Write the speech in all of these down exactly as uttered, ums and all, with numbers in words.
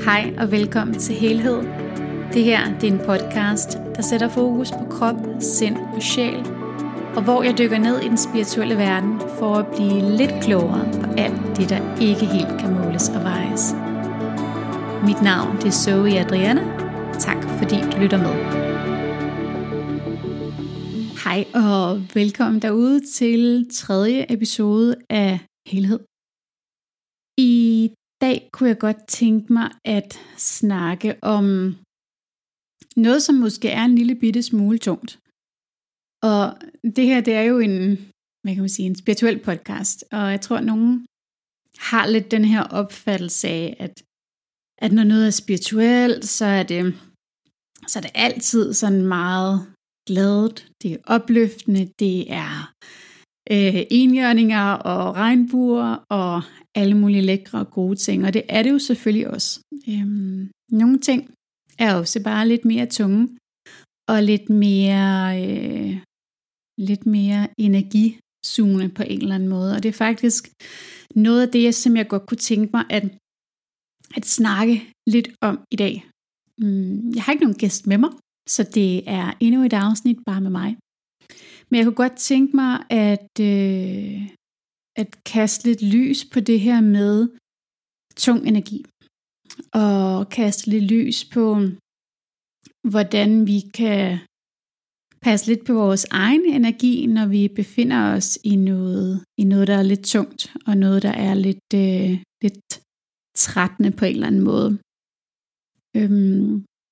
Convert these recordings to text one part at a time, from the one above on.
Hej og velkommen til Helhed. Det her det er en podcast, der sætter fokus på krop, sind og sjæl, og hvor jeg dykker ned i den spirituelle verden for at blive lidt klogere på alt det, der ikke helt kan måles og vejes. Mit navn det er Zoe Adriana. Tak fordi du lytter med. Hej og velkommen derude til tredje episode af Helhed. I dag kunne jeg godt tænke mig at snakke om noget, som måske er en lille bitte smule tungt. Og det her, det er jo en, hvad kan man sige, en spirituel podcast, og jeg tror, at nogen har lidt den her opfattelse af, at, at når noget er spirituelt, så er det, så er det altid sådan meget gladet, det er opløftende, det er øh, enhjørninger og regnbuer og alle mulige lækre og gode ting, og det er det jo selvfølgelig også. Øhm, nogle ting er også bare lidt mere tunge, og lidt mere, øh, lidt mere energisugende på en eller anden måde, og det er faktisk noget af det, som jeg godt kunne tænke mig at, at snakke lidt om i dag. Jeg har ikke nogen gæst med mig, så det er endnu et afsnit bare med mig. Men jeg kunne godt tænke mig at, øh, at kaste lidt lys på det her med tung energi. Og kaste lidt lys på, hvordan vi kan passe lidt på vores egen energi, når vi befinder os i noget, i noget der er lidt tungt, og noget, der er lidt, øh, lidt trættende på en eller anden måde. Øhm,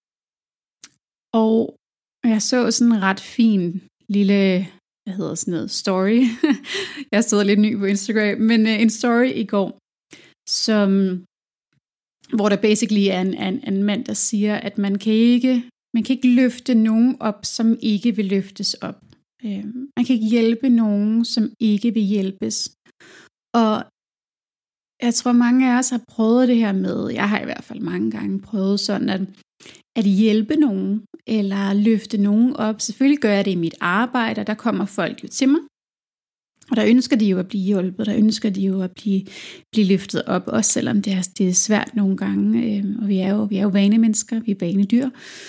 og jeg så sådan en ret fin lille, hvad hedder sådan noget, story. Jeg stod lidt ny på Instagram, men uh, en story i går, som, hvor der basically er en, en, en mand, der siger, at man kan ikke, man kan ikke løfte nogen op, som ikke vil løftes op. Øh, man kan ikke hjælpe nogen, som ikke vil hjælpes. Og jeg tror, mange af os har prøvet det her med, jeg har i hvert fald mange gange prøvet sådan, at, at hjælpe nogen, eller løfte nogen op. Selvfølgelig gør jeg det i mit arbejde, og der kommer folk jo til mig, og der ønsker de jo at blive hjulpet, der ønsker de jo at blive, blive løftet op, også selvom det er, det er svært nogle gange, øh, og vi er jo, vi er jo vanemennesker, vi er vanedyr.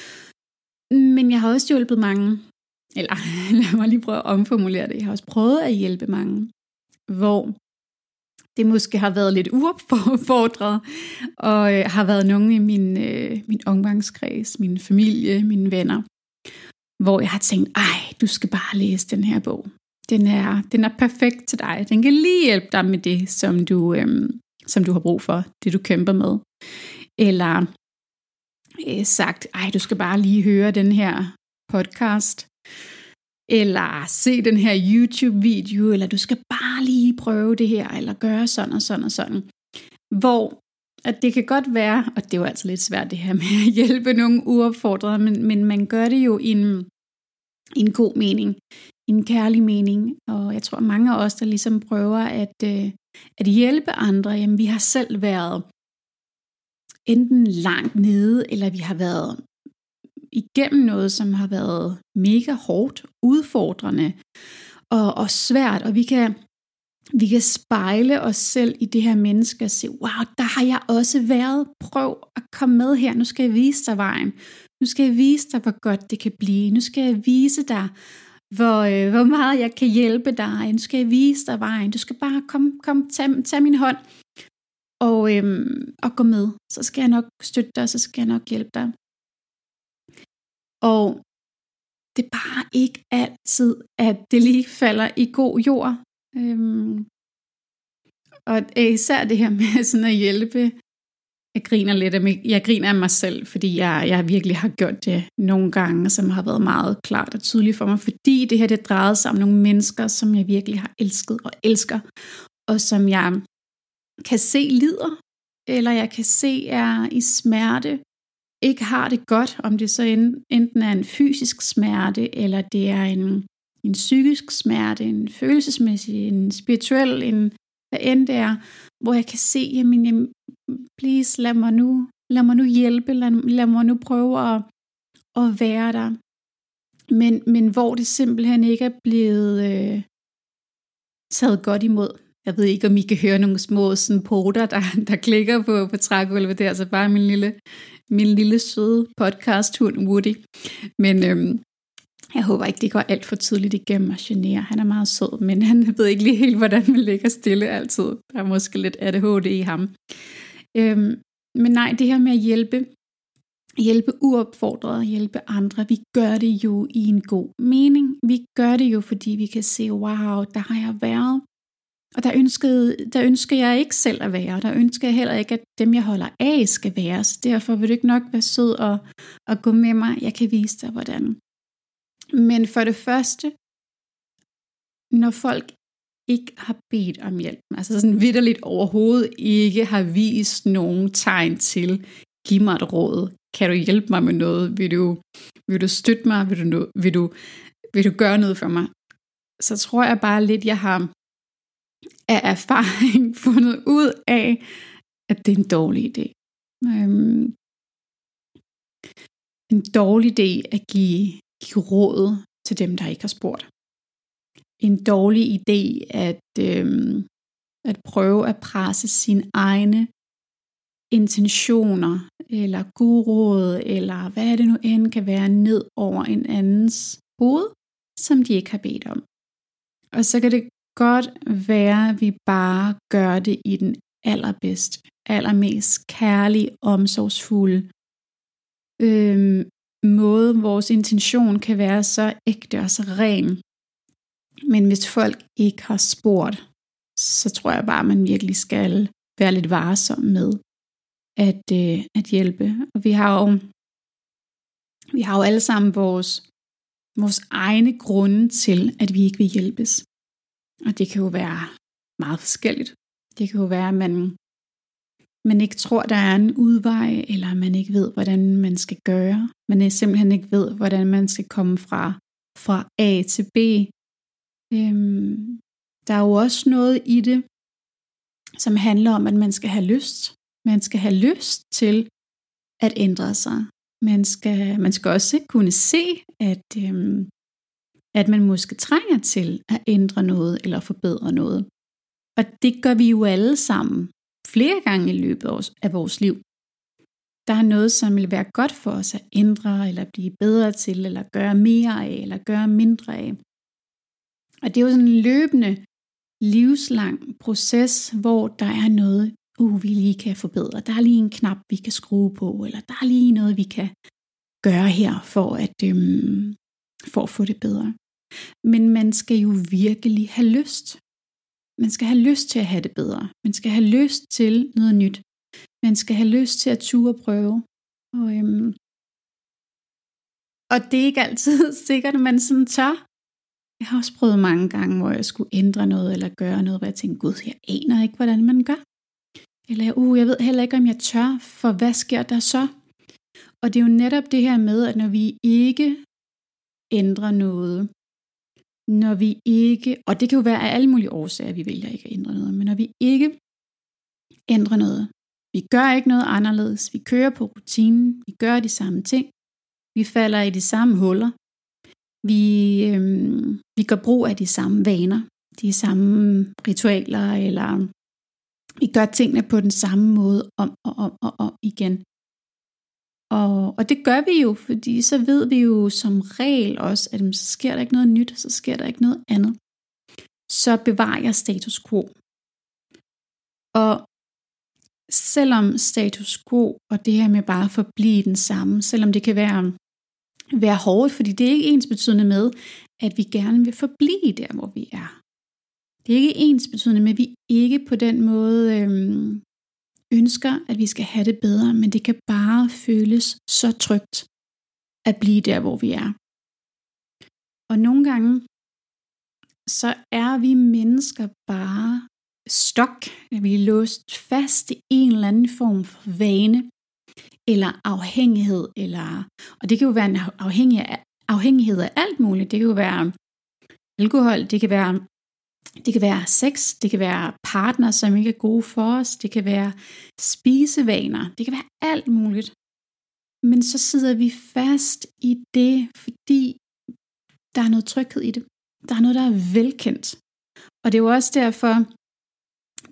Men jeg har også hjulpet mange, eller lad mig lige prøve at omformulere det, jeg har også prøvet at hjælpe mange, hvor det måske har været lidt uopfordret, og øh, har været nogen i min, øh, min omgangskreds, min familie, mine venner, hvor jeg har tænkt, ej, du skal bare læse den her bog. Den er, den er perfekt til dig. Den kan lige hjælpe dig med det, som du, øh, som du har brug for, det du kæmper med. Eller øh, sagt, ej, du skal bare lige høre den her podcast, eller se den her YouTube-video, eller du skal bare lige prøve det her, eller gøre sådan og sådan og sådan. Hvor at det kan godt være, og det er jo altså lidt svært det her med at hjælpe nogle uopfordrede, men, men man gør det jo i en, i en god mening, i en kærlig mening, og jeg tror mange af os, der ligesom prøver at, øh, at hjælpe andre, jamen vi har selv været enten langt nede, eller vi har været igennem noget, som har været mega hårdt, udfordrende og, og svært, og vi kan, vi kan spejle os selv i det her menneske og sige, wow, der har jeg også været, prøv at komme med her, nu skal jeg vise dig vejen, nu skal jeg vise dig, hvor godt det kan blive, nu skal jeg vise dig, hvor, øh, hvor meget jeg kan hjælpe dig, nu skal jeg vise dig vejen, du skal bare komme, komme tag, tag min hånd og, øhm, og gå med, så skal jeg nok støtte dig, så skal jeg nok hjælpe dig. Og det er bare ikke altid, at det lige falder i god jord. Øhm, og især det her med sådan at hjælpe. Jeg griner lidt af mig, jeg griner af mig selv, fordi jeg, jeg virkelig har gjort det nogle gange, som har været meget klart og tydeligt for mig. Fordi det her, det drejede sig om nogle mennesker, som jeg virkelig har elsket og elsker. Og som jeg kan se lider, eller jeg kan se er i smerte, ikke har det godt, om det så enten er en fysisk smerte, eller det er en, en psykisk smerte, en følelsesmæssig, en spirituel, en hvad end det er, hvor jeg kan se, jamen, jamen please, lad mig nu, lad mig nu hjælpe, lad, lad mig nu prøve at, at være der. Men, men hvor det simpelthen ikke er blevet øh, taget godt imod. Jeg ved ikke, om I kan høre nogle små sådan poter, der, der klikker på, på trægulvet. Det er altså bare min lille, min lille søde podcast-hund Woody. Men øhm, jeg håber ikke, det går alt for tydeligt igennem og generer. Han er meget sød, men han ved ikke lige helt, hvordan man ligger stille altid. Der er måske lidt A D H D i ham. Øhm, men nej, det her med at hjælpe, hjælpe uopfordret, hjælpe andre, vi gør det jo i en god mening. Vi gør det jo, fordi vi kan se, wow, der har jeg været. Og der ønskede, der ønsker jeg ikke selv at være, og der ønsker jeg heller ikke, at dem, jeg holder af, skal være. Så derfor vil du ikke nok være sød og, og gå med mig. Jeg kan vise dig, hvordan. Men for det første, når folk ikke har bedt om hjælp, altså sådan vitterligt overhovedet ikke har vist nogen tegn til, giv mig et råd, kan du hjælpe mig med noget, vil du, vil du støtte mig, vil du, vil, du, vil du gøre noget for mig, så tror jeg bare lidt, jeg har af erfaring fundet ud af, at det er en dårlig idé. Øhm, en dårlig idé at give, give råd til dem, der ikke har spurgt. En dårlig idé at, øhm, at prøve at presse sine egne intentioner, eller gode råd, eller hvad det nu end kan være, ned over en andens hoved, som de ikke har bedt om. Og så kan det godt være, at vi bare gør det i den allerbedste, allermest kærlige, omsorgsfulde øhm, måde. Vores intention kan være så ægte og så ren. Men hvis folk ikke har spurgt, så tror jeg bare, at man virkelig skal være lidt varsom med at, øh, at hjælpe. Og vi har jo, vi har jo alle sammen vores, vores egne grunde til, at vi ikke vil hjælpes. Og det kan jo være meget forskelligt. Det kan jo være, at man, man ikke tror, der er en udvej, eller man ikke ved, hvordan man skal gøre. Man simpelthen ikke ved, hvordan man skal komme fra, fra A til B. Øhm, der er jo også noget i det, som handler om, at man skal have lyst. Man skal have lyst til at ændre sig. Man skal, man skal også kunne se, at, øhm, at man måske trænger til at ændre noget eller forbedre noget. Og det gør vi jo alle sammen flere gange i løbet af vores liv. Der er noget, som vil være godt for os at ændre, eller blive bedre til, eller gøre mere af, eller gøre mindre af. Og det er jo sådan en løbende, livslang proces, hvor der er noget, uh, vi lige kan forbedre. Der er lige en knap, vi kan skrue på, eller der er lige noget, vi kan gøre her, for at, øhm, for at få det bedre. Men man skal jo virkelig have lyst. Man skal have lyst til at have det bedre. Man skal have lyst til noget nyt. Man skal have lyst til at ture prøve. Og, øhm, og det er ikke altid sikkert, at man sådan tør. Jeg har også prøvet mange gange, hvor jeg skulle ændre noget eller gøre noget, hvor jeg tænkte, gud, jeg aner ikke, hvordan man gør. Eller, uh, jeg ved heller ikke, om jeg tør, for hvad sker der så? Og det er jo netop det her med, at når vi ikke ændrer noget, når vi ikke, og det kan jo være af alle mulige årsager, vi vælger ikke at ændre noget, men når vi ikke ændrer noget, vi gør ikke noget anderledes, vi kører på rutinen, vi gør de samme ting, vi falder i de samme huller, vi, øhm, vi gør brug af de samme vaner, de samme ritualer, eller vi gør tingene på den samme måde om og om og om igen. Og, og det gør vi jo, fordi så ved vi jo som regel også, at så sker der ikke noget nyt, så sker der ikke noget andet. Så bevarer jeg status quo. Og selvom status quo og det her med bare at forblive den samme, selvom det kan være, være hårdt, fordi det er ikke ensbetydende med, at vi gerne vil forblive der, hvor vi er. Det er ikke ensbetydende med, at vi ikke på den måde øhm, ønsker, at vi skal have det bedre, men det kan bare føles så trygt at blive der, hvor vi er. Og nogle gange, så er vi mennesker bare stok, at vi er låst fast i en eller anden form for vane, eller afhængighed, eller, og det kan jo være en afhængig af, afhængighed af alt muligt. Det kan jo være alkohol, det kan være Det kan være sex, det kan være partner, som ikke er gode for os, det kan være spisevaner, det kan være alt muligt. Men så sidder vi fast i det, fordi der er noget tryghed i det. Der er noget, der er velkendt. Og det er jo også derfor,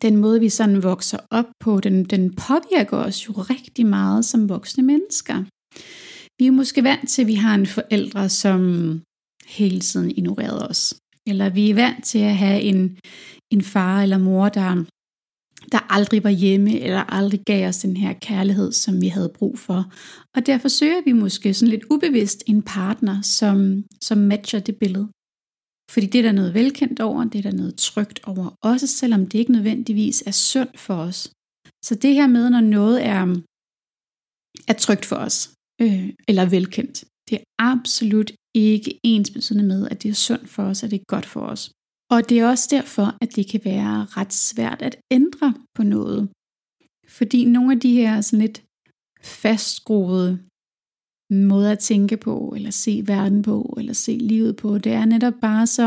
den måde, vi sådan vokser op på, den, den påvirker os jo rigtig meget som voksne mennesker. Vi er måske vant til, at vi har en forælder, som hele tiden ignorerede os. Eller vi er vant til at have en, en far eller mor, der, der aldrig var hjemme, eller aldrig gav os den her kærlighed, som vi havde brug for. Og derfor søger vi måske sådan lidt ubevidst en partner, som, som matcher det billede. Fordi det er der noget velkendt over, det er der noget trygt over, også selvom det ikke nødvendigvis er sundt for os. Så det her med, når noget er, er trygt for os, øh, eller velkendt, det er absolut ikke ensbetydende med, at det er sundt for os, at det er godt for os. Og det er også derfor, at det kan være ret svært at ændre på noget. Fordi nogle af de her sådan lidt fastgroede måder at tænke på, eller se verden på, eller se livet på, det er netop bare så,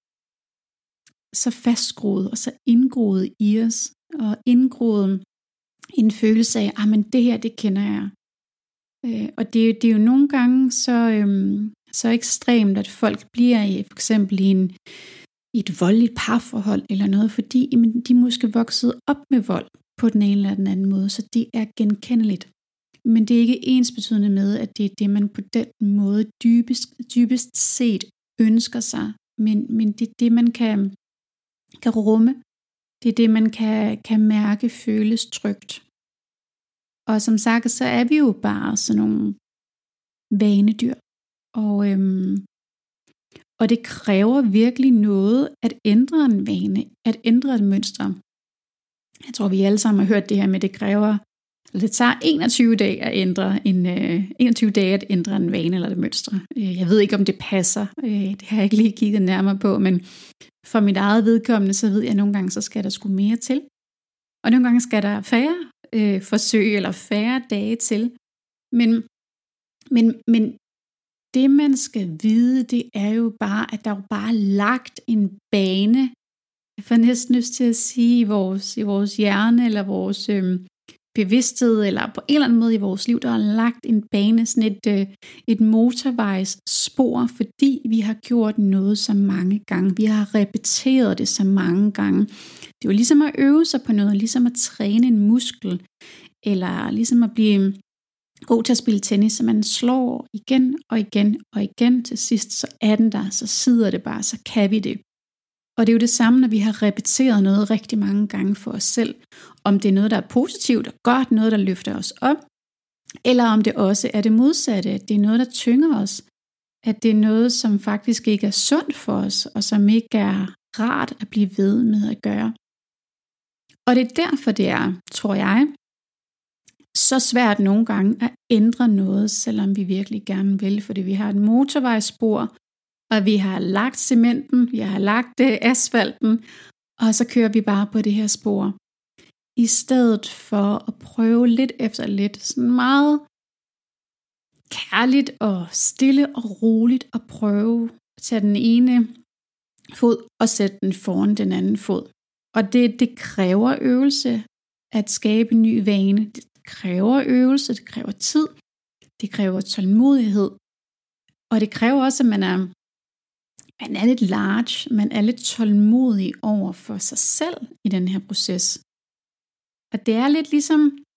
så fastgroet og så indgroet i os, og indgroet en følelse af, at ah, det her, det kender jeg. Øh, og det, det er jo nogle gange så, øhm, så ekstremt, at folk bliver i for eksempel i, en, i et voldeligt parforhold eller noget, fordi jamen, de måske voksede op med vold på den ene eller den anden måde, så det er genkendeligt. Men det er ikke ensbetydende med, at det er det, man på den måde dybest, dybest set ønsker sig. Men, men det er det, man kan, kan rumme. Det er det, man kan, kan mærke føles trygt. Og som sagt, så er vi jo bare sådan nogle vanedyr. Og, øhm, og det kræver virkelig noget at ændre en vane, at ændre et mønster. Jeg tror, vi alle sammen har hørt det her med, at det kræver, eller det tager enogtyve dage at ændre en, øh, enogtyve dage at ændre en vane eller et mønster. Jeg ved ikke, om det passer. Det har jeg ikke lige kigget nærmere på, men for mit eget vedkommende, så ved jeg, at nogle gange, så skal der sgu mere til. Og nogle gange skal der færre øh, forsøg eller færre dage til. Men, men, men det, man skal vide, det er jo bare, at der er jo bare lagt en bane, jeg får næsten lyst til at sige, i vores, i vores hjerne, eller vores øh, bevidsthed, eller på en eller anden måde i vores liv, der er lagt en bane, sådan et, øh, et motorvejsspor, fordi vi har gjort noget så mange gange. Vi har repeteret det så mange gange. Det er jo ligesom at øve sig på noget, ligesom at træne en muskel, eller ligesom at blive god til at spille tennis, så man slår igen og igen og igen, til sidst så er den der, så sidder det bare, så kan vi det. Og det er jo det samme, når vi har repeteret noget rigtig mange gange for os selv, om det er noget, der er positivt og godt, noget, der løfter os op, eller om det også er det modsatte, at det er noget, der tynger os, at det er noget, som faktisk ikke er sundt for os, og som ikke er rart at blive ved med at gøre. Og det er derfor, det er, tror jeg, så svært nogle gange at ændre noget, selvom vi virkelig gerne vil, fordi vi har et motorvejsspor, og vi har lagt cementen, vi har lagt asfalten, og så kører vi bare på det her spor. I stedet for at prøve lidt efter lidt, sådan meget kærligt og stille og roligt at prøve at tage den ene fod og sætte den foran den anden fod. Og det, det kræver øvelse at skabe en ny vane. Det kræver øvelse, det kræver tid, det kræver tålmodighed, og det kræver også, at man er Man er lidt large, man er lidt tålmodig over for sig selv i den her proces. Og det er lidt ligesom,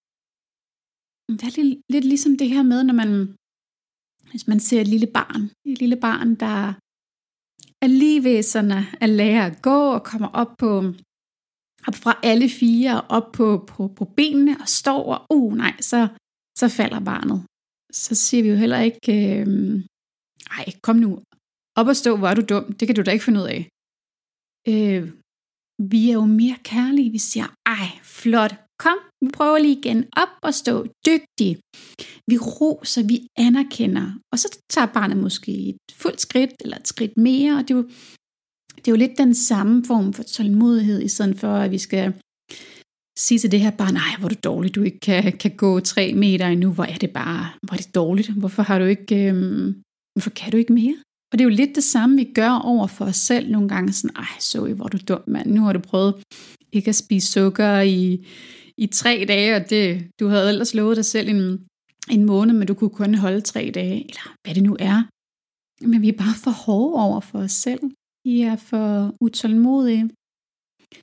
det er lidt, lidt ligesom det her med, når man, hvis man ser et lille barn, et lille barn, der er lige ved sådan at lære at gå og kommer op på, op fra alle fire, op på, på, på benene og står, og uh, nej, så, så falder barnet. Så siger vi jo heller ikke, øh, ej, kom nu, op og stå, hvor er du dum, det kan du da ikke finde ud af. Øh, vi er jo mere kærlige, vi siger, ej, flot, kom, vi prøver lige igen, op og stå, dygtig. Vi roser, vi anerkender, og så tager barnet måske et fuldt skridt, eller et skridt mere, og det er jo, det er jo lidt den samme form for tålmodighed, i stedet for, at vi skal sige til det her barn, nej, hvor er du dårlig, du ikke kan, kan gå tre meter endnu, hvor er det bare, hvor er det dårligt, hvorfor har du ikke, øh, hvorfor kan du ikke mere? Og det er jo lidt det samme, vi gør over for os selv nogle gange. Sådan, ej, så hvor er du dum, mand. Nu har du prøvet ikke at spise sukker i, i tre dage, og det, du havde ellers lovet dig selv en, en måned, men du kunne kun holde tre dage, eller hvad det nu er. Men vi er bare for hårde over for os selv. Vi er for utålmodige.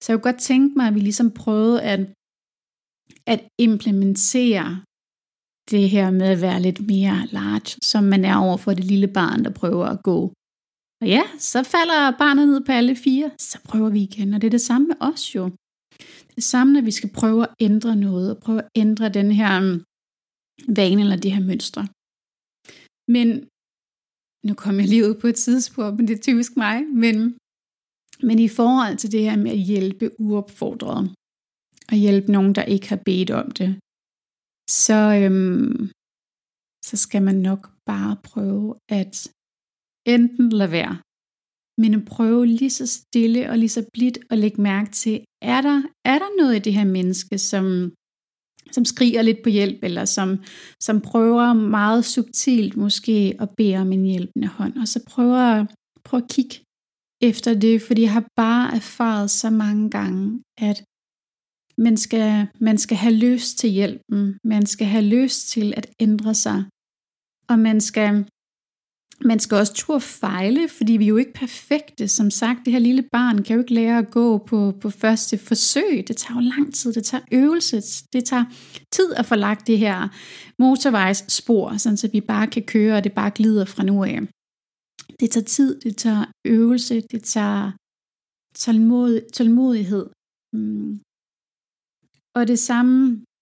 Så jeg kunne godt tænke mig, at vi ligesom prøvede at, at implementere det her med at være lidt mere large, som man er over for det lille barn, der prøver at gå. Og ja, så falder barnet ned på alle fire, så prøver vi igen. Og det er det samme med os jo. Det er det samme, når vi skal prøve at ændre noget, og prøve at ændre den her vane eller det her mønstre. Men nu kommer jeg lige ud på et tidsspor, men det er typisk mig, men, men i forhold til det her med at hjælpe uopfordrede, og hjælpe nogen, der ikke har bedt om det, så, øhm, så skal man nok bare prøve at enten lade være, men at prøve lige så stille og lige så blidt at lægge mærke til, er der, er der noget i det her menneske, som, som skriger lidt på hjælp, eller som, som prøver meget subtilt måske at bede om en hjælpende hånd, og så prøver prøve at kigge efter det, fordi jeg har bare erfaret så mange gange, at man skal, man skal have lyst til hjælpen, man skal have lyst til at ændre sig, og man skal, man skal også turde fejle, fordi vi er jo ikke perfekte. Som sagt, det her lille barn kan jo ikke lære at gå på, på første forsøg. Det tager jo lang tid, det tager øvelse, det tager tid at få lagt det her motorvejsspor, sådan så vi bare kan køre, og det bare glider fra nu af. Det tager tid, det tager øvelse, det tager tålmod, tålmodighed. Mm. Og det samme,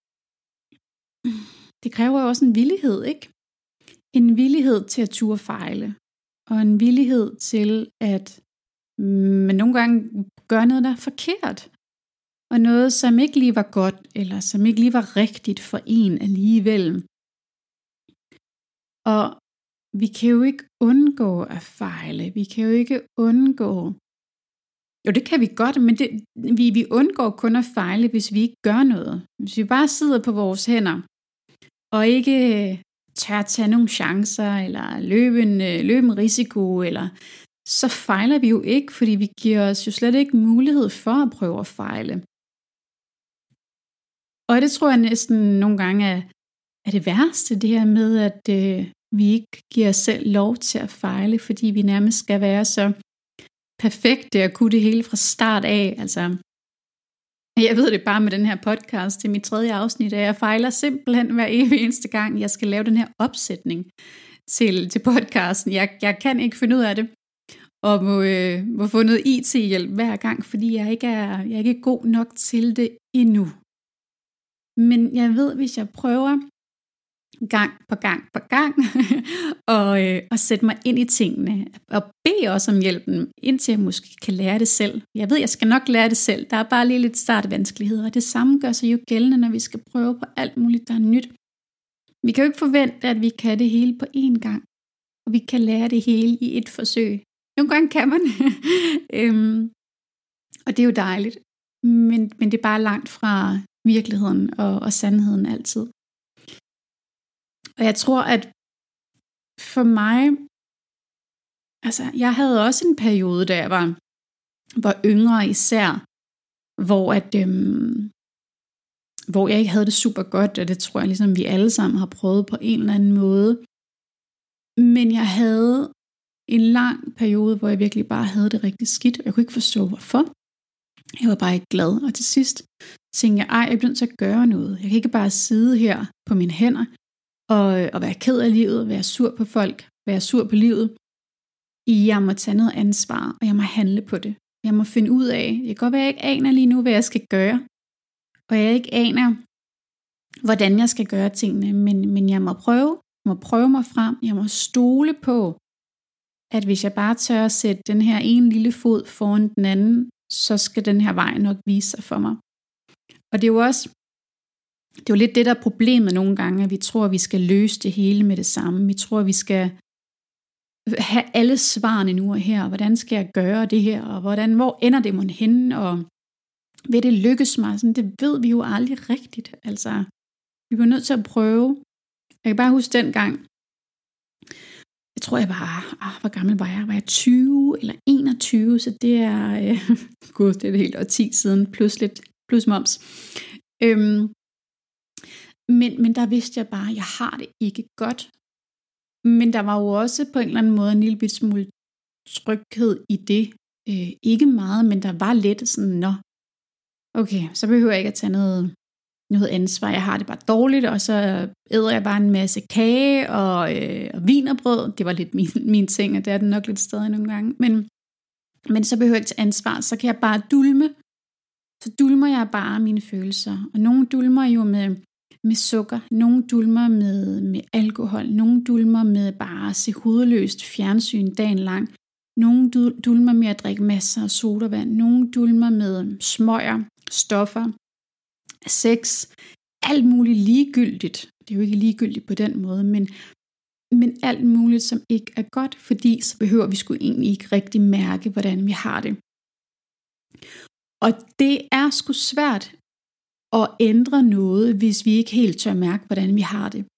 det kræver jo også en villighed, ikke? En villighed til at turde fejle, og en villighed til, at man nogle gange gør noget, der er forkert, og noget, som ikke lige var godt, eller som ikke lige var rigtigt for en alligevel. Og vi kan jo ikke undgå at fejle, vi kan jo ikke undgå, jo det kan vi godt, men det, vi, vi undgår kun at fejle, hvis vi ikke gør noget. Hvis vi bare sidder på vores hænder, og ikke tør tage nogle chancer, eller løbe en, løbe en risiko, eller så fejler vi jo ikke, fordi vi giver os jo slet ikke mulighed for at prøve at fejle. Og det tror jeg næsten nogle gange er, er det værste, det her med, at øh, vi ikke giver os selv lov til at fejle, fordi vi nærmest skal være så perfekte og kunne det hele fra start af. Altså, jeg ved det bare med den her podcast til mit tredje afsnit, at jeg fejler simpelthen hver evig eneste gang, jeg skal lave den her opsætning til, til podcasten. Jeg, jeg kan ikke finde ud af det, og må, øh, må få noget I T-hjælp hver gang, fordi jeg ikke, er, jeg er ikke god nok til det endnu. Men jeg ved, hvis jeg prøver gang på gang på gang, og, øh, og sætte mig ind i tingene, og bede også om hjælpen, indtil jeg måske kan lære det selv. Jeg ved, jeg skal nok lære det selv. Der er bare lige lidt startvanskeligheder, og det samme gør sig jo gældende, når vi skal prøve på alt muligt, der er nyt. Vi kan jo ikke forvente, at vi kan det hele på én gang, og vi kan lære det hele i et forsøg. Nogle gange kan man, øhm, og det er jo dejligt, men, men det er bare langt fra virkeligheden og, og sandheden altid. Og jeg tror, at for mig, altså jeg havde også en periode, da jeg var, var yngre især, hvor, at, øhm, hvor jeg ikke havde det super godt, og det tror jeg ligesom vi alle sammen har prøvet på en eller anden måde. Men jeg havde en lang periode, hvor jeg virkelig bare havde det rigtig skidt, og jeg kunne ikke forstå hvorfor. Jeg var bare ikke glad, og til sidst tænkte jeg, ej, jeg bliver nødt til at gøre noget. Jeg kan ikke bare sidde her på mine hænder, Og, og være ked af livet, være sur på folk, være sur på livet. Jeg må tage noget ansvar, og jeg må handle på det. Jeg må finde ud af, det kan godt være, at jeg ikke aner lige nu, hvad jeg skal gøre. Og jeg ikke aner, hvordan jeg skal gøre tingene, men, men jeg må prøve, jeg må prøve mig frem, jeg må stole på, at hvis jeg bare tør at sætte den her ene lille fod foran den anden, så skal den her vej nok vise sig for mig. Og det er jo også, det er jo lidt det, der er problemet nogle gange, at vi tror, at vi skal løse det hele med det samme. Vi tror, at vi skal have alle svarene nu og her. Hvordan skal jeg gøre det her? Og hvordan, hvor ender det mon henne? Og vil det lykkes mig? Sådan, det ved vi jo aldrig rigtigt. Altså, vi bliver nødt til at prøve. Jeg kan bare huske dengang, jeg tror, jeg var, ah, hvor gammel var jeg? Var jeg tyve eller enogtyve? Så det er, øh, gud, det er et helt årti siden, plus lidt, plus moms. Øhm, Men, men der vidste jeg bare, at jeg har det ikke godt. Men der var jo også på en eller anden måde en lille bit smule tryghed i det. Øh, ikke meget, men der var lidt sådan, nå, okay, så behøver jeg ikke at tage noget, noget ansvar. Jeg har det bare dårligt, og så æder jeg bare en masse kage og, øh, og wienerbrød. Det var lidt min, min ting, og det er den nok lidt stadig nogle gange. Men, men så behøver jeg ikke tage ansvar. Så kan jeg bare dulme. Så dulmer jeg bare mine følelser. Og nogle dulmer jo med, med sukker. Nogle dulmer med, med alkohol. Nogle dulmer med bare at se hovedløst fjernsyn dagen lang. Nogle dulmer med at drikke masser af sodavand. Nogle dulmer med smøger, stoffer, sex, alt muligt ligegyldigt. Det er jo ikke ligegyldigt på den måde, men, men alt muligt, som ikke er godt, fordi så behøver vi sgu egentlig ikke rigtig mærke, hvordan vi har det. Og det er sgu svært at ændre noget, hvis vi ikke helt tør mærke, hvordan vi har det.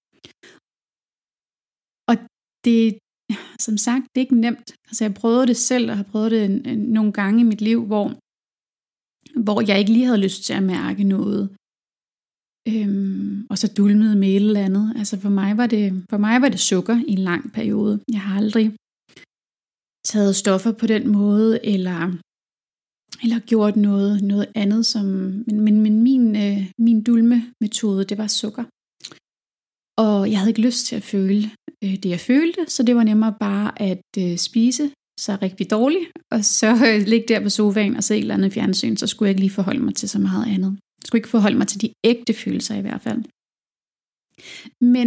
Og det, som sagt, det er ikke nemt. Altså jeg prøvede det selv, og har prøvet det nogle gange i mit liv, hvor, hvor jeg ikke lige havde lyst til at mærke noget. Øhm, og så dulmede med et eller andet. Altså for mig var det, for mig var det sukker i en lang periode. Jeg har aldrig taget stoffer på den måde, eller, eller gjort noget, noget andet. Som, men men, men min, øh, min dulmemetode, det var sukker. Og jeg havde ikke lyst til at føle øh, det, jeg følte, så det var nemmere bare at øh, spise sig rigtig dårligt, og så øh, ligge der på sofaen og se et eller andet fjernsyn, så skulle jeg ikke lige forholde mig til så meget andet. Jeg skulle ikke forholde mig til de ægte følelser i hvert fald. Men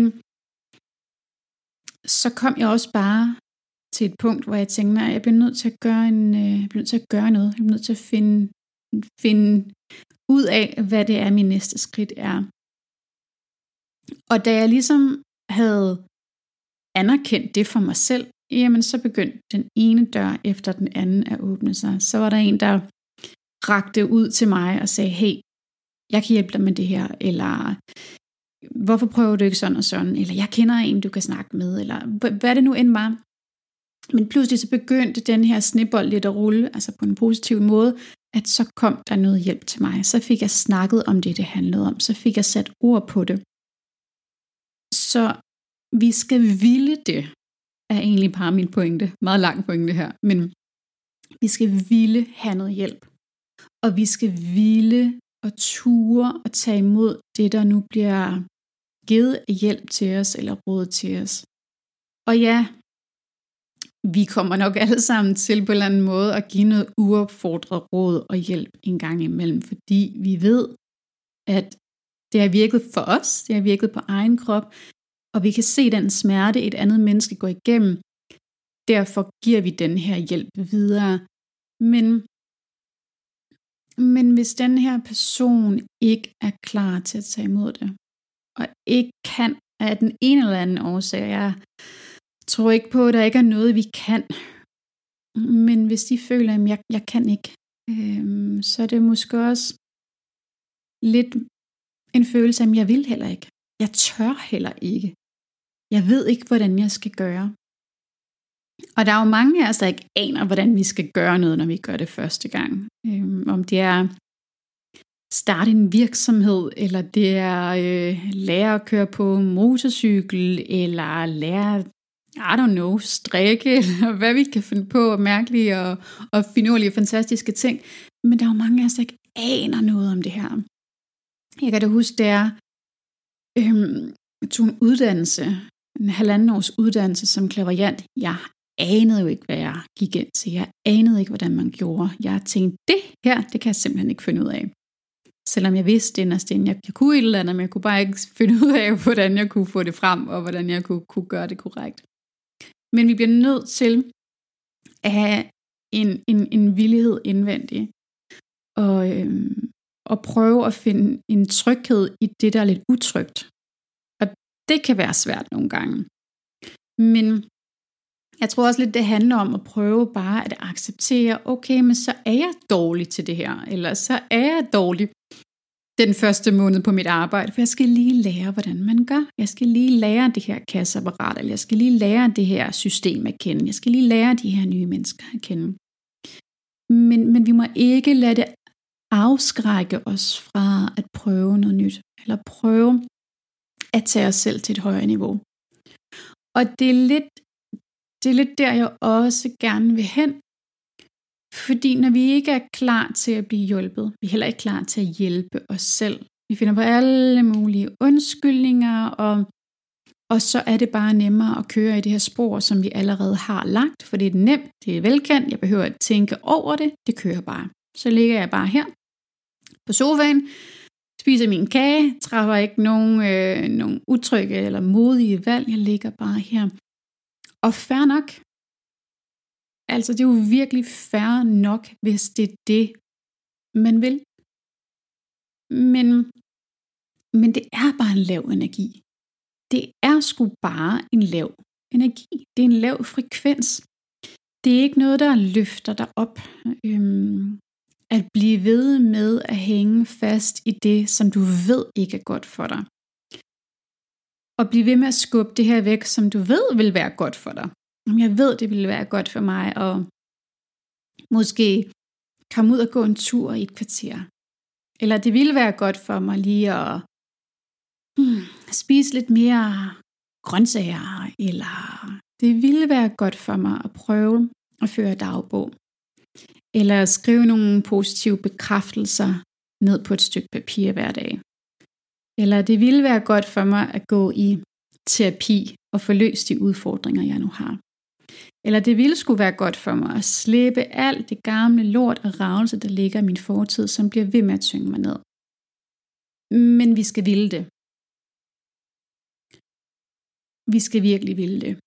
så kom jeg også bare til et punkt, hvor jeg tænkte, at jeg bliver nødt til at gøre, en, øh, jeg bliver nødt til at gøre noget. Jeg bliver nødt til at finde, finde ud af, hvad det er, min næste skridt er. Og da jeg ligesom havde anerkendt det for mig selv, jamen så begyndte den ene dør efter den anden at åbne sig. Så var der en, der rakte ud til mig og sagde, hey, jeg kan hjælpe dig med det her, eller hvorfor prøver du ikke sådan og sådan, eller jeg kender en, du kan snakke med, eller hvad det nu end var. Men pludselig så begyndte den her snebold lidt at rulle, altså på en positiv måde, at så kom der noget hjælp til mig. Så fik jeg snakket om det, det handlede om. Så fik jeg sat ord på det. Så vi skal ville det, er egentlig bare min pointe. Meget lang pointe her. Men vi skal ville have noget hjælp. Og vi skal ville og ture og tage imod det, der nu bliver givet hjælp til os, eller råd til os. Og ja, vi kommer nok alle sammen til på en eller anden måde at give noget uopfordret råd og hjælp en gang imellem, fordi vi ved, at det har virket for os, det har virket på egen krop, og vi kan se den smerte, et andet menneske går igennem. Derfor giver vi den her hjælp videre. Men, men hvis den her person ikke er klar til at tage imod det, og ikke kan af den ene eller anden årsag, jeg tror ikke på, at der ikke er noget, vi kan. Men hvis de føler, at jeg, jeg kan ikke, øhm, så er det måske også lidt en følelse af, at jeg vil heller ikke. Jeg tør heller ikke. Jeg ved ikke, hvordan jeg skal gøre. Og der er jo mange af os, der ikke aner, hvordan vi skal gøre noget, når vi gør det første gang. Øhm, om det er starte en virksomhed, eller det er øh, lære at køre på motorcykel, eller lære, I don't know, strikke, eller hvad vi kan finde på, mærkelige og, og finurlige, fantastiske ting. Men der er jo mange af os, der ikke aner noget om det her. Jeg kan da huske, det er, øhm, jeg tog en uddannelse, en halvanden års uddannelse som klaverjant. Jeg anede jo ikke, hvad jeg gik ind til. Jeg anede ikke, hvordan man gjorde. Jeg tænkte, det her, det kan jeg simpelthen ikke finde ud af. Selvom jeg vidste inderst inde, jeg, jeg kunne et eller andet, men jeg kunne bare ikke finde ud af, hvordan jeg kunne få det frem, og hvordan jeg kunne, kunne gøre det korrekt. Men vi bliver nødt til at have en, en, en villighed indvendig, og, øhm, og prøve at finde en tryghed i det, der er lidt utrygt. Og det kan være svært nogle gange. Men jeg tror også lidt, det handler om at prøve bare at acceptere, okay, men så er jeg dårlig til det her, eller så er jeg dårlig den første måned på mit arbejde, for jeg skal lige lære, hvordan man gør. Jeg skal lige lære det her kasseapparat, eller jeg skal lige lære det her system at kende. Jeg skal lige lære de her nye mennesker at kende. Men, men vi må ikke lade det afskrække os fra at prøve noget nyt, eller prøve at tage os selv til et højere niveau. Og det er lidt, det er lidt der, jeg også gerne vil hen, Fordi når vi ikke er klar til at blive hjulpet, vi er heller ikke klar til at hjælpe os selv. Vi finder på alle mulige undskyldninger, og, og så er det bare nemmere at køre i det her spor, som vi allerede har lagt, for det er nemt, det er velkendt, jeg behøver at tænke over det, det kører bare. Så ligger jeg bare her på sofaen, spiser min kage, træffer ikke nogen, øh, nogen utrygge eller modige valg, jeg ligger bare her. Og fair nok. Altså, det er jo virkelig fair nok, hvis det er det, man vil. Men, men det er bare en lav energi. Det er sgu bare en lav energi. Det er en lav frekvens. Det er ikke noget, der løfter dig op. Øhm, at blive ved med at hænge fast i det, som du ved ikke er godt for dig. Og blive ved med at skubbe det her væk, som du ved vil være godt for dig. Om jeg ved, det ville være godt for mig at måske komme ud og gå en tur i et kvarter. Eller det ville være godt for mig lige at hmm, spise lidt mere grøntsager. Eller det ville være godt for mig at prøve at føre dagbog. Eller skrive nogle positive bekræftelser ned på et stykke papir hver dag. Eller det ville være godt for mig at gå i terapi og få løst de udfordringer, jeg nu har. Eller det ville skulle være godt for mig at slippe alt det gamle lort og ravelse, der ligger i min fortid, som bliver ved med at tynge mig ned. Men vi skal ville det. Vi skal virkelig ville det.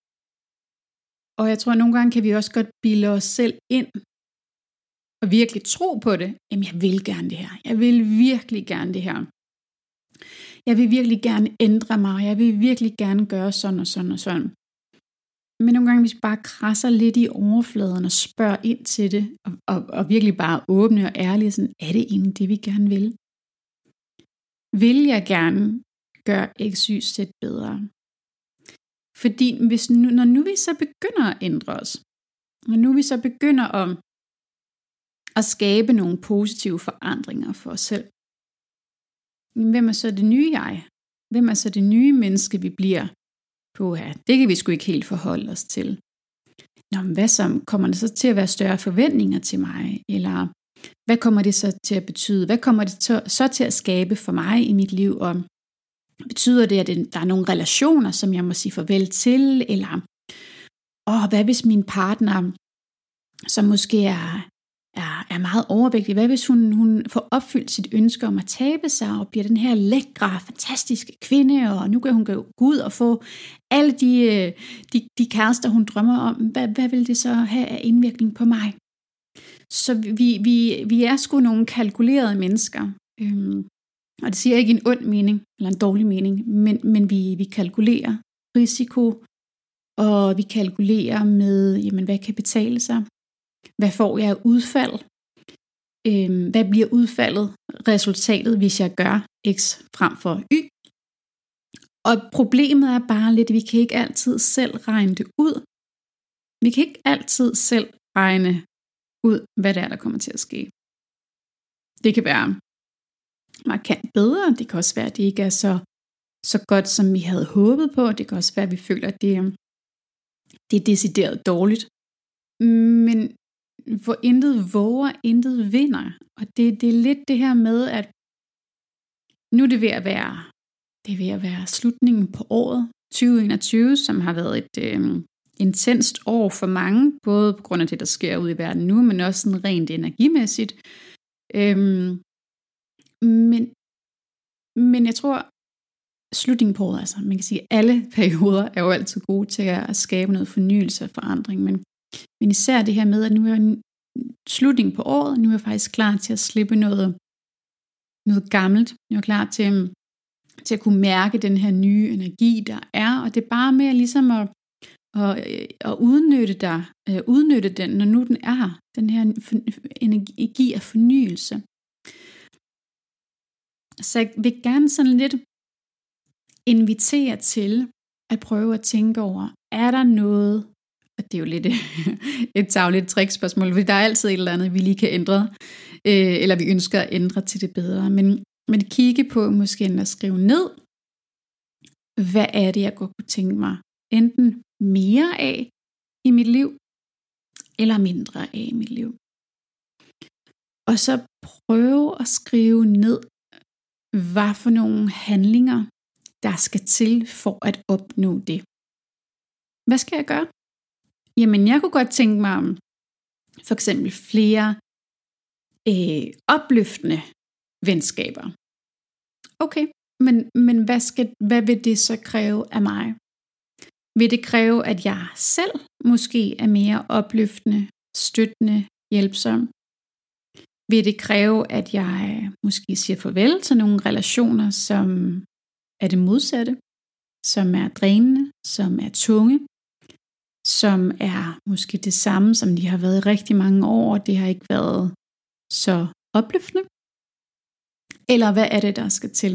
Og jeg tror, at nogle gange kan vi også godt bilde os selv ind, og virkelig tro på det. Jamen, jeg vil gerne det her. Jeg vil virkelig gerne det her. Jeg vil virkelig gerne ændre mig. Jeg vil virkelig gerne gøre sådan og sådan og sådan. Men nogle gange, hvis vi bare krasser lidt i overfladen og spørger ind til det, og, og, og virkelig bare åbne og ærlige, sådan, er det egentlig det, vi gerne vil? Vil jeg gerne gøre X Y Z bedre? Fordi hvis nu, når nu vi så begynder at ændre os, når nu vi så begynder at, at skabe nogle positive forandringer for os selv, hvem er så det nye jeg? Hvem er så det nye menneske, vi bliver? Puha, det kan vi sgu ikke helt forholde os til. Nå, men hvad så? Kommer der så til at være større forventninger til mig? Eller hvad kommer det så til at betyde? Hvad kommer det så til at skabe for mig i mit liv? Og betyder det, at der er nogle relationer, som jeg må sige farvel til? Eller åh, hvad hvis min partner, som måske er, er, er meget overvægtig, hvad hvis hun, hun får opfyldt sit ønske om at tabe sig og bliver den her lækre, fantastiske kvinde, og nu kan hun gå ud og få alle de, de, de kærester, hun drømmer om. Hvad, hvad vil det så have af indvirkning på mig? Så vi, vi, vi er sgu nogle kalkulerede mennesker. Øhm, og det siger ikke en ond mening, eller en dårlig mening, men, men vi, vi kalkulerer risiko, og vi kalkulerer med, jamen, hvad kan betale sig? Hvad får jeg af udfald? Øhm, hvad bliver udfaldet, resultatet, hvis jeg gør X frem for Y? Og problemet er bare lidt, at vi kan ikke altid selv regne det ud. Vi kan ikke altid selv regne ud, hvad det er, der kommer til at ske. Det kan være markant bedre. Det kan også være, at det ikke er så, så godt, som vi havde håbet på. Det kan også være, at vi føler, at det, det er decideret dårligt. Men hvor intet våger, intet vinder. Og det, det er lidt det her med, at nu er det ved at være, det er ved at være slutningen på året tyve enogtyve, som har været et øh, intenst år for mange, både på grund af det, der sker ude i verden nu, men også sådan rent energimæssigt. Øhm, men, men jeg tror, slutningen på året, altså man kan sige, at alle perioder er jo altid gode til at skabe noget fornyelse og forandring, men Men især det her med, at nu er en slutning på året, nu er jeg faktisk klar til at slippe noget, noget gammelt. Nu er jeg klar til, til at kunne mærke den her nye energi, der er. Og det er bare med ligesom at, at, at udnytte, der, udnytte den, når nu den er her. Den her energi af fornyelse. Så jeg vil gerne sådan lidt invitere til at prøve at tænke over, er der noget, og det er jo lidt et tavligt trickspørgsmål, for der er altid et eller andet, vi lige kan ændre, øh, eller vi ønsker at ændre til det bedre. Men, men kigge på måske at skrive ned, hvad er det, jeg godt kunne tænke mig enten mere af i mit liv, eller mindre af i mit liv. Og så prøve at skrive ned, hvad for nogle handlinger, der skal til for at opnå det. Hvad skal jeg gøre? Jamen, jeg kunne godt tænke mig om for eksempel flere øh, opløftende venskaber. Okay, men, men hvad, skal, hvad vil det så kræve af mig? Vil det kræve, at jeg selv måske er mere opløftende, støttende, hjælpsom? Vil det kræve, at jeg måske siger farvel til nogle relationer, som er det modsatte, som er drænende, som er tunge, som er måske det samme, som de har været i rigtig mange år, og det har ikke været så opløftende? Eller hvad er det, der skal til?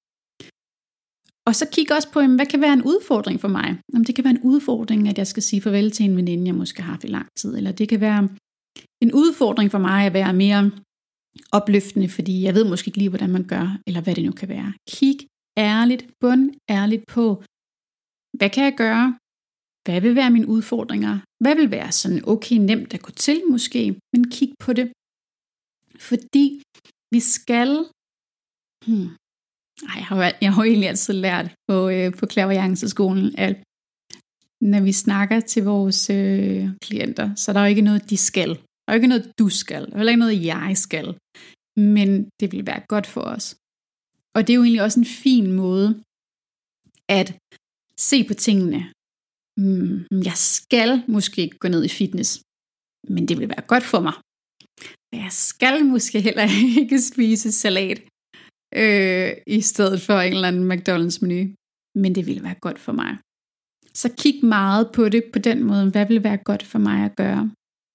Og så kig også på, hvad kan være en udfordring for mig? Jamen, det kan være en udfordring, at jeg skal sige farvel til en veninde, jeg måske har haft i lang tid. Eller det kan være en udfordring for mig at være mere opløftende, fordi jeg ved måske ikke lige, hvordan man gør, eller hvad det nu kan være. Kig ærligt, bund ærligt på, hvad kan jeg gøre? Hvad vil være mine udfordringer? Hvad vil være sådan okay nemt at gå til måske? Men kig på det. Fordi vi skal... Hmm, ej, jeg, har, jeg har jo egentlig altid lært på, øh, på clairvoyanceskolen, at når vi snakker til vores øh, klienter, så er der jo ikke noget, de skal. Der er jo ikke noget, du skal. Der er heller ikke noget, jeg skal. Men det vil være godt for os. Og det er jo egentlig også en fin måde at se på tingene. Hmm, jeg skal måske ikke gå ned i fitness, men det vil være godt for mig. Jeg skal måske heller ikke spise salat øh, i stedet for en eller anden McDonald's menu, men det vil være godt for mig. Så kig meget på det på den måde, hvad vil være godt for mig at gøre.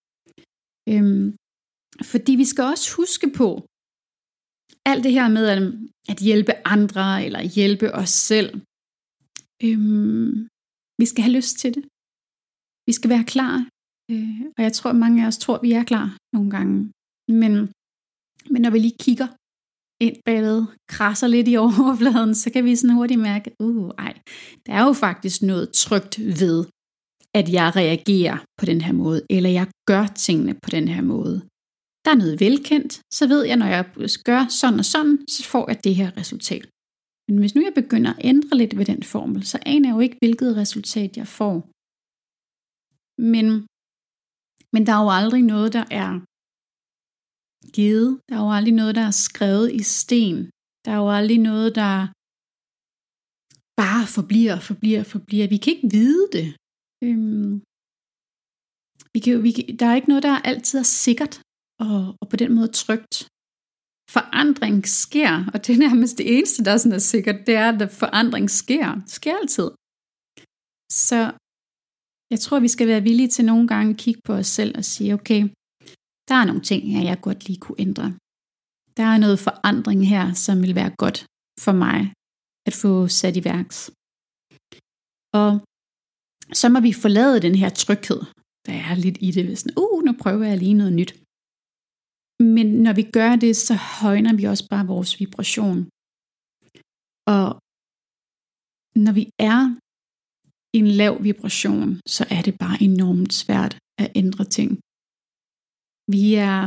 Øhm, fordi vi skal også huske på, alt det her med at, at hjælpe andre, eller hjælpe os selv, øhm, vi skal have lyst til det. Vi skal være klar, øh, og jeg tror, mange af os tror, vi er klar nogle gange. Men, men når vi lige kigger ind bagved, krasser lidt i overfladen, så kan vi sådan hurtigt mærke, uh, ej, der er jo faktisk noget trygt ved, at jeg reagerer på den her måde, eller jeg gør tingene på den her måde. Der er noget velkendt, så ved jeg, når jeg gør sådan og sådan, så får jeg det her resultat. Men hvis nu jeg begynder at ændre lidt ved den formel, så aner jeg jo ikke, hvilket resultat jeg får. Men, men der er jo aldrig noget, der er givet. Der er jo aldrig noget, der er skrevet i sten. Der er jo aldrig noget, der bare forbliver og forbliver og forbliver. Vi kan ikke vide det. Øhm, vi kan, vi kan, der er ikke noget, der altid er sikkert og, og på den måde trygt. Forandring sker, og det er nærmest det eneste, der er, sådan er sikkert, det er, at forandring sker. Det sker altid. Så jeg tror, vi skal være villige til nogle gange at kigge på os selv og sige, okay, der er nogle ting her, jeg godt lige kunne ændre. Der er noget forandring her, som vil være godt for mig at få sat i værks. Og så må vi forlade den her tryghed, der er lidt i det. Sådan, uh, nu prøver jeg lige noget nyt. Men når vi gør det, så højner vi også bare vores vibration. Og når vi er i en lav vibration, så er det bare enormt svært at ændre ting. Vi er,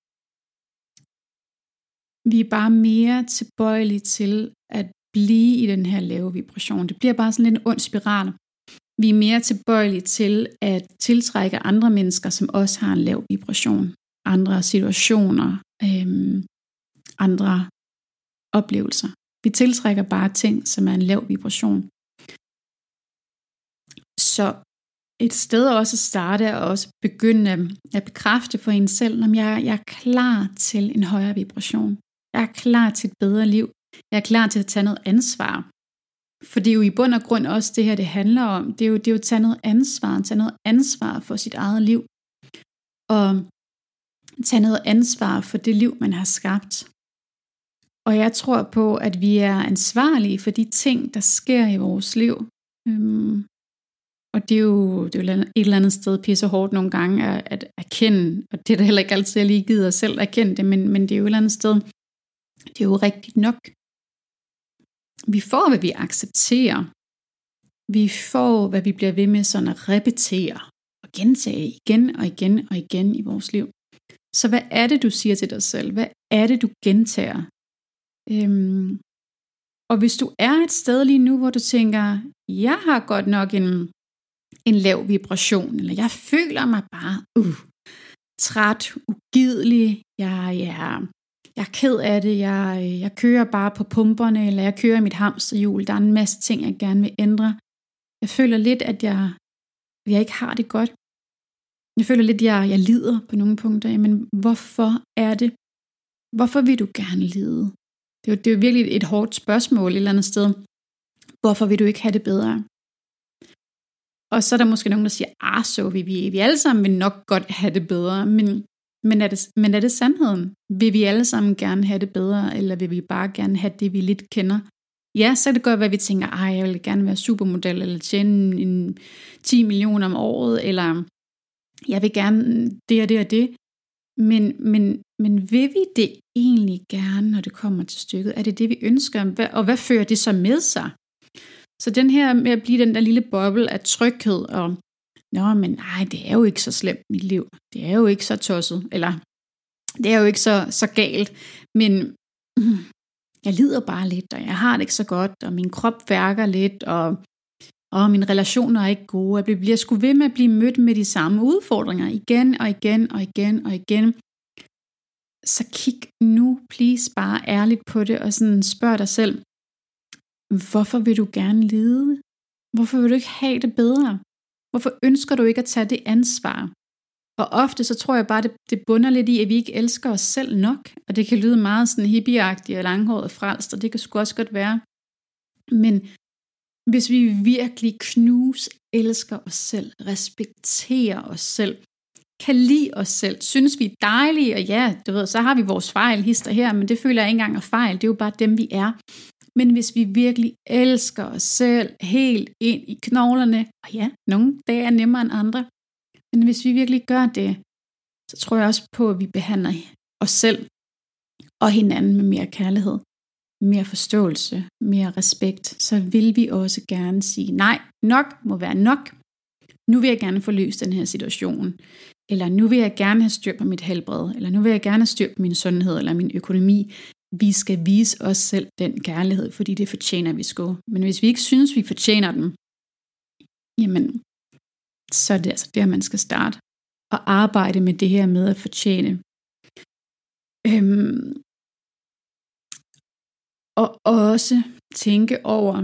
vi er bare mere tilbøjelige til at blive i den her lave vibration. Det bliver bare sådan lidt en ond spiral. Vi er mere tilbøjelige til at tiltrække andre mennesker, som også har en lav vibration. Andre situationer, øhm, andre oplevelser. Vi tiltrækker bare ting, som er en lav vibration. Så et sted også at starte og også begynde at bekræfte for en selv, om jeg, jeg er klar til en højere vibration. Jeg er klar til et bedre liv. Jeg er klar til at tage noget ansvar. For det er jo i bund og grund også det her, det handler om. Det er jo, det er jo at tage noget ansvar. At tage noget ansvar for sit eget liv. Og tage noget ansvar for det liv, man har skabt. Og jeg tror på, at vi er ansvarlige for de ting, der sker i vores liv. Øhm, og det er, jo, det er jo et eller andet sted pisse hårdt nogle gange at, at erkende, og det er da heller ikke altid, jeg lige gider selv at erkende det, men, men det er jo et eller andet sted, det er jo rigtigt nok. Vi får, hvad vi accepterer. Vi får, hvad vi bliver ved med sådan at repetere og gentage igen og igen og igen i vores liv. Så hvad er det, du siger til dig selv? Hvad er det, du gentager? Øhm, og hvis du er et sted lige nu, hvor du tænker, jeg har godt nok en, en lav vibration, eller jeg føler mig bare uh, træt, ugidelig, jeg, jeg, jeg er ked af det, jeg, jeg kører bare på pumperne, eller jeg kører mit hamsterhjul, der er en masse ting, jeg gerne vil ændre. Jeg føler lidt, at jeg, jeg ikke har det godt. Jeg føler lidt, at jeg, jeg lider på nogle punkter. Men hvorfor er det? Hvorfor vil du gerne lide? Det er, jo, det er jo virkelig et hårdt spørgsmål et eller andet sted. Hvorfor vil du ikke have det bedre? Og så er der måske nogen, der siger, ah, så vi, vi, vi alle sammen vil nok godt have det bedre. Men, men, er det, men er det sandheden? Vil vi alle sammen gerne have det bedre? Eller vil vi bare gerne have det, vi lidt kender? Ja, så kan det godt være, at vi tænker, ej, jeg vil gerne være supermodel, eller tjene en ti millioner om året, eller jeg vil gerne det og det og det. Men, men, men vil vi det egentlig gerne, når det kommer til stykket? Er det det, vi ønsker? Og hvad fører det så med sig? Så den her med at blive den der lille boble af tryghed, og nå, men nej, det er jo ikke så slemt mit liv. Det er jo ikke så tosset, eller det er jo ikke så, så galt. Men mm, jeg lider bare lidt, og jeg har det ikke så godt, og min krop værker lidt, og og mine relationer er ikke gode. Jeg bliver sgu ved med at blive mødt med de samme udfordringer igen og igen og igen og igen. Så kig nu, please, bare ærligt på det, og sådan spørg dig selv, hvorfor vil du gerne lide? Hvorfor vil du ikke have det bedre? Hvorfor ønsker du ikke at tage det ansvar? Og ofte så tror jeg bare, det, det bunder lidt i, at vi ikke elsker os selv nok. Og det kan lyde meget sådan hippieagtigt og langhåret og frelst, og det kan sgu også godt være. Men hvis vi virkelig knus elsker os selv, respekterer os selv, kan lide os selv, synes vi er dejlige, og ja, du ved, så har vi vores fejl, hister her, men det føler jeg ikke engang er fejl, det er jo bare dem, vi er. Men hvis vi virkelig elsker os selv helt ind i knoglerne, og ja, nogle dage er nemmere end andre, men hvis vi virkelig gør det, så tror jeg også på, at vi behandler os selv og hinanden med mere kærlighed, mere forståelse, mere respekt, så vil vi også gerne sige, nej, nok må være nok. Nu vil jeg gerne få løst den her situation. Eller nu vil jeg gerne have styr på mit helbred. Eller nu vil jeg gerne have styr på min sundhed eller min økonomi. Vi skal vise os selv den kærlighed, fordi det fortjener vi sgu. Men hvis vi ikke synes, vi fortjener den, jamen, så er det altså der, man skal starte. Og arbejde med det her med at fortjene. Øhm, Og også tænke over,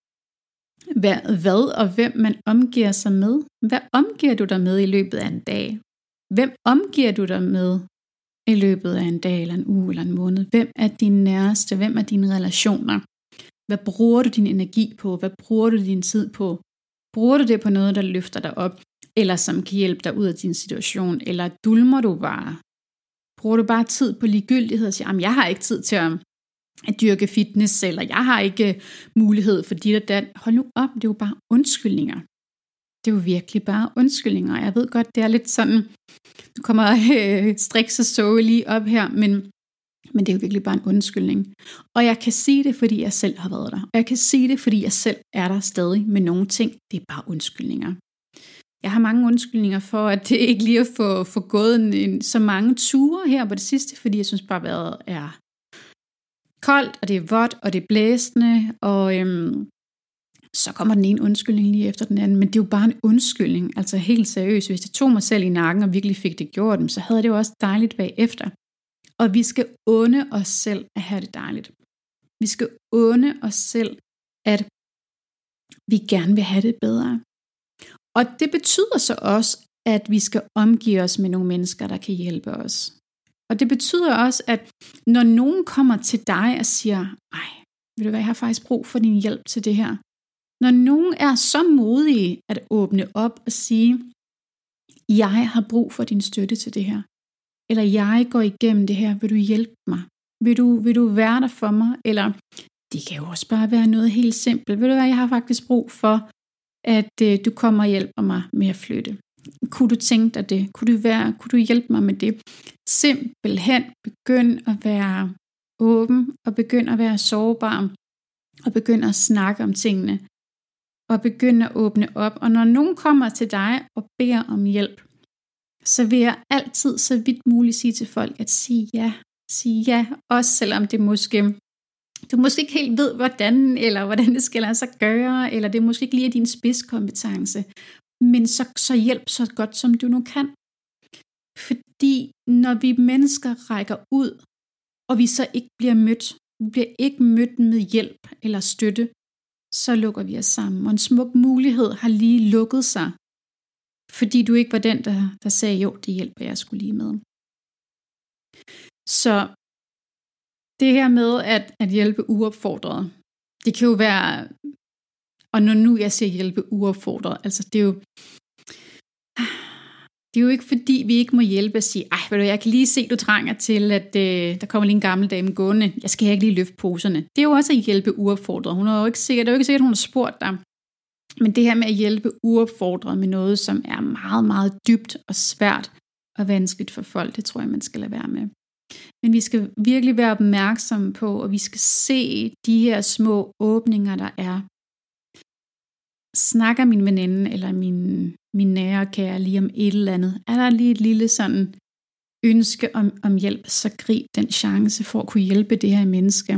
hvad, hvad og hvem man omgiver sig med. Hvad omgiver du dig med i løbet af en dag? Hvem omgiver du dig med i løbet af en dag, eller en uge, eller en måned? Hvem er dine næreste? Hvem er dine relationer? Hvad bruger du din energi på? Hvad bruger du din tid på? Bruger du det på noget, der løfter dig op, eller som kan hjælpe dig ud af din situation? Eller dulmer du bare? Bruger du bare tid på ligegyldighed og siger, jeg har ikke tid til at at dyrke fitness, eller jeg har ikke mulighed for dit og dat. Hold nu op, det er jo bare undskyldninger. Det er jo virkelig bare undskyldninger. Jeg ved godt, det er lidt sådan, nu kommer øh, striks og så lige op her, men, men det er jo virkelig bare en undskyldning. Og jeg kan sige det, fordi jeg selv har været der. Og jeg kan sige det, fordi jeg selv er der stadig med nogle ting. Det er bare undskyldninger. Jeg har mange undskyldninger for, at det ikke lige at få, få gået en, en, så mange ture her på det sidste, fordi jeg synes bare, at vejret er koldt, og det er vådt, og det er blæsende, og øhm, så kommer den ene undskyldning lige efter den anden, men det er jo bare en undskyldning, altså helt seriøst. Hvis jeg tog mig selv i nakken og virkelig fik det gjort, så havde det jo også dejligt bagefter. Og vi skal unde os selv at have det dejligt. Vi skal unde os selv, at vi gerne vil have det bedre. Og det betyder så også, at vi skal omgive os med nogle mennesker, der kan hjælpe os. Og det betyder også, at når nogen kommer til dig og siger, ej, ved du hvad, jeg har faktisk brug for din hjælp til det her. Når nogen er så modige at åbne op og sige, jeg har brug for din støtte til det her. Eller jeg går igennem det her, vil du hjælpe mig? Vil du, vil du være der for mig? Eller det kan jo også bare være noget helt simpelt. Ved du hvad, jeg har faktisk brug for, at øh, du kommer og hjælper mig med at flytte. Kunne du tænke dig det? Kunne du, være, kunne du hjælpe mig med det? Simpelthen begynd at være åben, og begynd at være sårbar, og begynd at snakke om tingene, og begynd at åbne op. Og når nogen kommer til dig og beder om hjælp, så vil jeg altid så vidt muligt sige til folk, at sige ja. Sige ja, også selvom det måske, du måske ikke helt ved, hvordan, eller hvordan det skal lade sig gøre, eller det måske ikke lige er din spidskompetence, men så, så hjælp så godt, som du nu kan. Fordi når vi mennesker rækker ud, og vi så ikke bliver mødt, vi bliver ikke mødt med hjælp eller støtte, så lukker vi os sammen. Og en smuk mulighed har lige lukket sig, fordi du ikke var den, der, der sagde, jo, det hjælper jeg skulle lige med. Så det her med at, at hjælpe uopfordret, det kan jo være, og når nu jeg siger hjælpe uopfordret, altså det er jo, det er jo ikke fordi, vi ikke må hjælpe at sige, ej, ved du, jeg kan lige se, du trænger til, at øh, der kommer lige en gammel dame gående, jeg skal ikke lige løfte poserne. Det er jo også at hjælpe uopfordret. Hun er jo ikke sikkert, det er jo ikke sikkert, hun har spurgt dig. Men det her med at hjælpe uopfordret med noget, som er meget, meget dybt og svært og vanskeligt for folk, det tror jeg, man skal lade være med. Men vi skal virkelig være opmærksomme på, og vi skal se de her små åbninger, der er. Snakker min veninde eller min, min nære kære lige om et eller andet? Er der lige et lille sådan ønske om, om hjælp, så grib den chance for at kunne hjælpe det her menneske.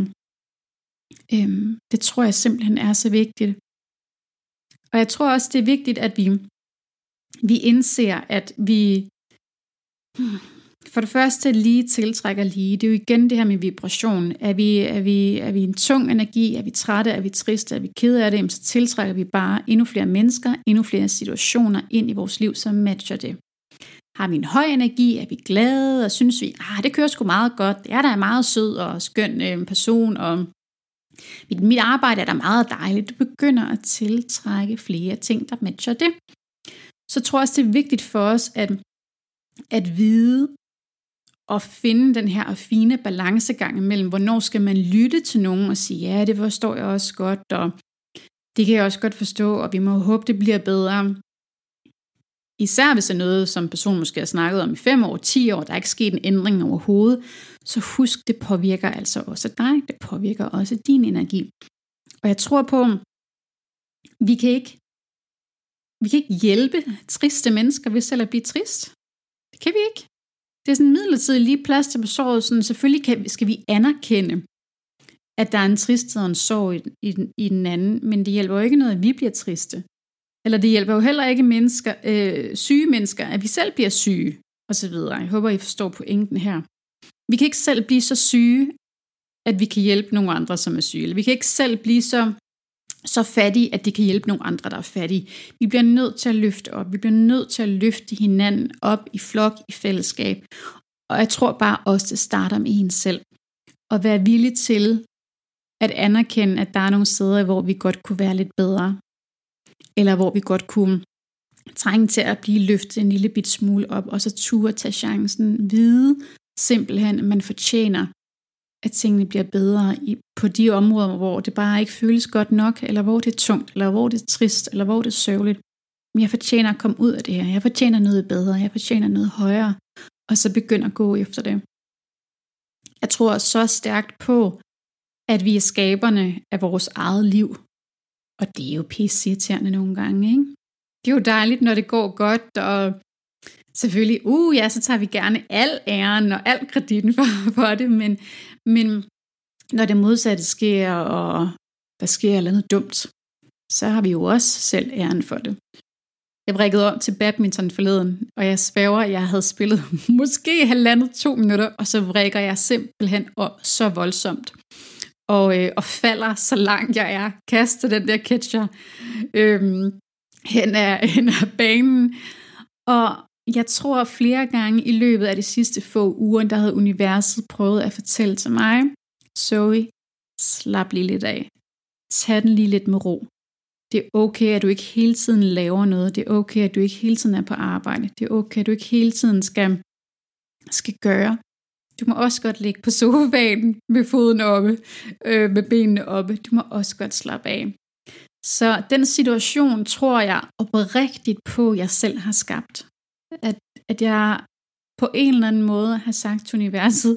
Øhm, det tror jeg simpelthen er så vigtigt. Og jeg tror også, det er vigtigt, at vi, vi indser, at vi for det første lige tiltrækker lige. Det er jo igen det her med vibration. Er vi, er vi, er vi en tung energi? Er vi trætte? Er vi triste? Er vi kede af det? Så tiltrækker vi bare endnu flere mennesker, endnu flere situationer ind i vores liv, som matcher det. Har vi en høj energi? Er vi glade? Og synes vi, ah, det kører sgu meget godt. Det er da en meget sød og skøn øh, person, og mit, mit arbejde er da meget dejligt. Du begynder at tiltrække flere ting, der matcher det. Så tror jeg også, det er vigtigt for os, at, at vide og finde den her fine balancegang mellem, hvornår skal man lytte til nogen og sige, ja, det forstår jeg også godt, og det kan jeg også godt forstå, og vi må håbe, det bliver bedre. Især hvis det er noget, som personen måske har snakket om i fem år, ti år, der er ikke sket en ændring overhovedet, så husk, det påvirker altså også dig, det påvirker også din energi. Og jeg tror på, vi kan ikke, vi kan ikke hjælpe triste mennesker ved selv at blive trist. Det kan vi ikke. Det er sådan midlertidigt lige plads til på såret, sådan selvfølgelig kan, skal vi anerkende, at der er en tristhed og en sorg i, i, i den anden, men det hjælper jo ikke noget, at vi bliver triste. Eller det hjælper jo heller ikke mennesker, øh, syge mennesker, at vi selv bliver syge, og så videre. Jeg håber, I forstår pointen her. Vi kan ikke selv blive så syge, at vi kan hjælpe nogle andre, som er syge. Eller vi kan ikke selv blive så, så fattige, at det kan hjælpe nogle andre, der er fattige. Vi bliver nødt til at løfte op. Vi bliver nødt til at løfte hinanden op i flok, i fællesskab. Og jeg tror bare også, det starter med en selv. Og være villig til at anerkende, at der er nogle steder, hvor vi godt kunne være lidt bedre. Eller hvor vi godt kunne trænge til at blive løftet en lille bit smule op, og så turde tage chancen, vide simpelthen, at man fortjener, at tingene bliver bedre i, på de områder, hvor det bare ikke føles godt nok, eller hvor det er tungt, eller hvor det er trist, eller hvor det er sørgeligt. Men jeg fortjener at komme ud af det her. Jeg fortjener noget bedre. Jeg fortjener noget højere. Og så begynder at gå efter det. Jeg tror så stærkt på, at vi er skaberne af vores eget liv. Og det er jo pisseirriterende nogle gange, ikke? Det er jo dejligt, når det går godt, og selvfølgelig, uh ja, så tager vi gerne al æren og al kreditten for, for det, men, men når det modsatte sker, og der sker noget andet dumt, så har vi jo også selv æren for det. Jeg brækkede om til badminton forleden, og jeg sværger, at jeg havde spillet måske halvandet to minutter, og så brækker jeg simpelthen om så voldsomt. Og, øh, og falder så langt jeg er, kaster den der catcher øhm, hen, af, hen af banen. Og jeg tror flere gange i løbet af de sidste få uger, der havde universet prøvet at fortælle til mig, Zoe, slap lige lidt af. Tag den lige lidt med ro. Det er okay, at du ikke hele tiden laver noget. Det er okay, at du ikke hele tiden er på arbejde. Det er okay, at du ikke hele tiden skal, skal gøre. Du må også godt ligge på sofaen med foden oppe, øh, med benene oppe. Du må også godt slappe af. Så den situation tror jeg oprigtigt på, jeg selv har skabt. At, at jeg på en eller anden måde har sagt til universet,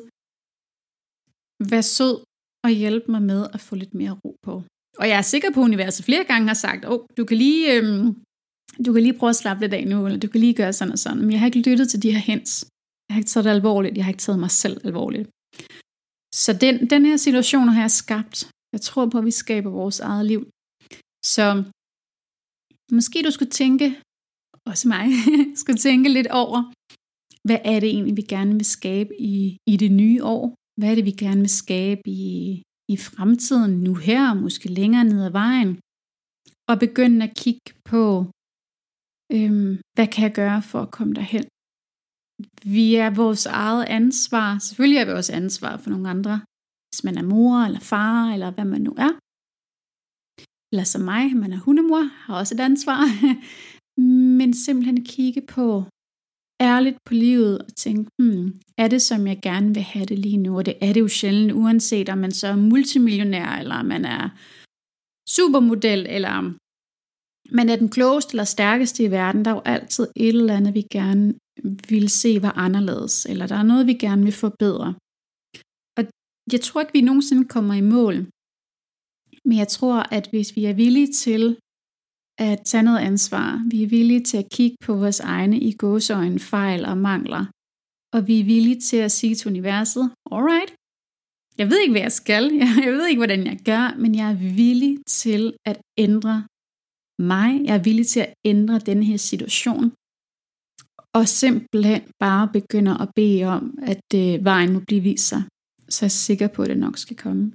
vær sød og hjælp mig med at få lidt mere ro på. Og jeg er sikker på, at universet flere gange har sagt, åh, oh, du kan lige, øhm, du kan lige prøve at slappe lidt af nu, eller du kan lige gøre sådan og sådan, men jeg har ikke lyttet til de her hints. Jeg har ikke taget det alvorligt, jeg har ikke taget mig selv alvorligt. Så den, den her situation har jeg skabt. Jeg tror på, at vi skaber vores eget liv. Så måske du skulle tænke, også mig, skulle tænke lidt over, hvad er det egentlig, vi gerne vil skabe i, i det nye år? Hvad er det, vi gerne vil skabe i, i fremtiden, nu her, måske længere ned ad vejen? Og begynde at kigge på, øhm, hvad kan jeg gøre for at komme derhen? Vi er vores eget ansvar. Selvfølgelig er vi også ansvar for nogle andre. Hvis man er mor eller far, eller hvad man nu er. Eller som mig, man er hundemor, har også et ansvar. Men simpelthen kigge på, ærligt på livet, og tænke, hmm, er det som jeg gerne vil have det lige nu? Og det er det jo sjældent, uanset om man så er multimillionær, eller man er supermodel, eller man er den klogeste eller stærkeste i verden. Der er jo altid et eller andet, vi gerne vil se var anderledes, eller der er noget, vi gerne vil forbedre. Og jeg tror ikke, vi nogensinde kommer i mål, men jeg tror, at hvis vi er villige til at tage noget ansvar, vi er villige til at kigge på vores egne i gåseøjne fejl og mangler, og vi er villige til at sige til universet, alright, jeg ved ikke, hvad jeg skal, jeg ved ikke, hvordan jeg gør, men jeg er villig til at ændre mig, jeg er villig til at ændre denne her situation, og simpelthen bare begynder at bede om, at øh, vejen må blive vist sig, så jeg er sikker på, at det nok skal komme.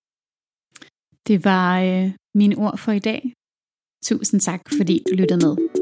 Det var øh, mine ord for i dag. Tusind tak, fordi du lyttede med.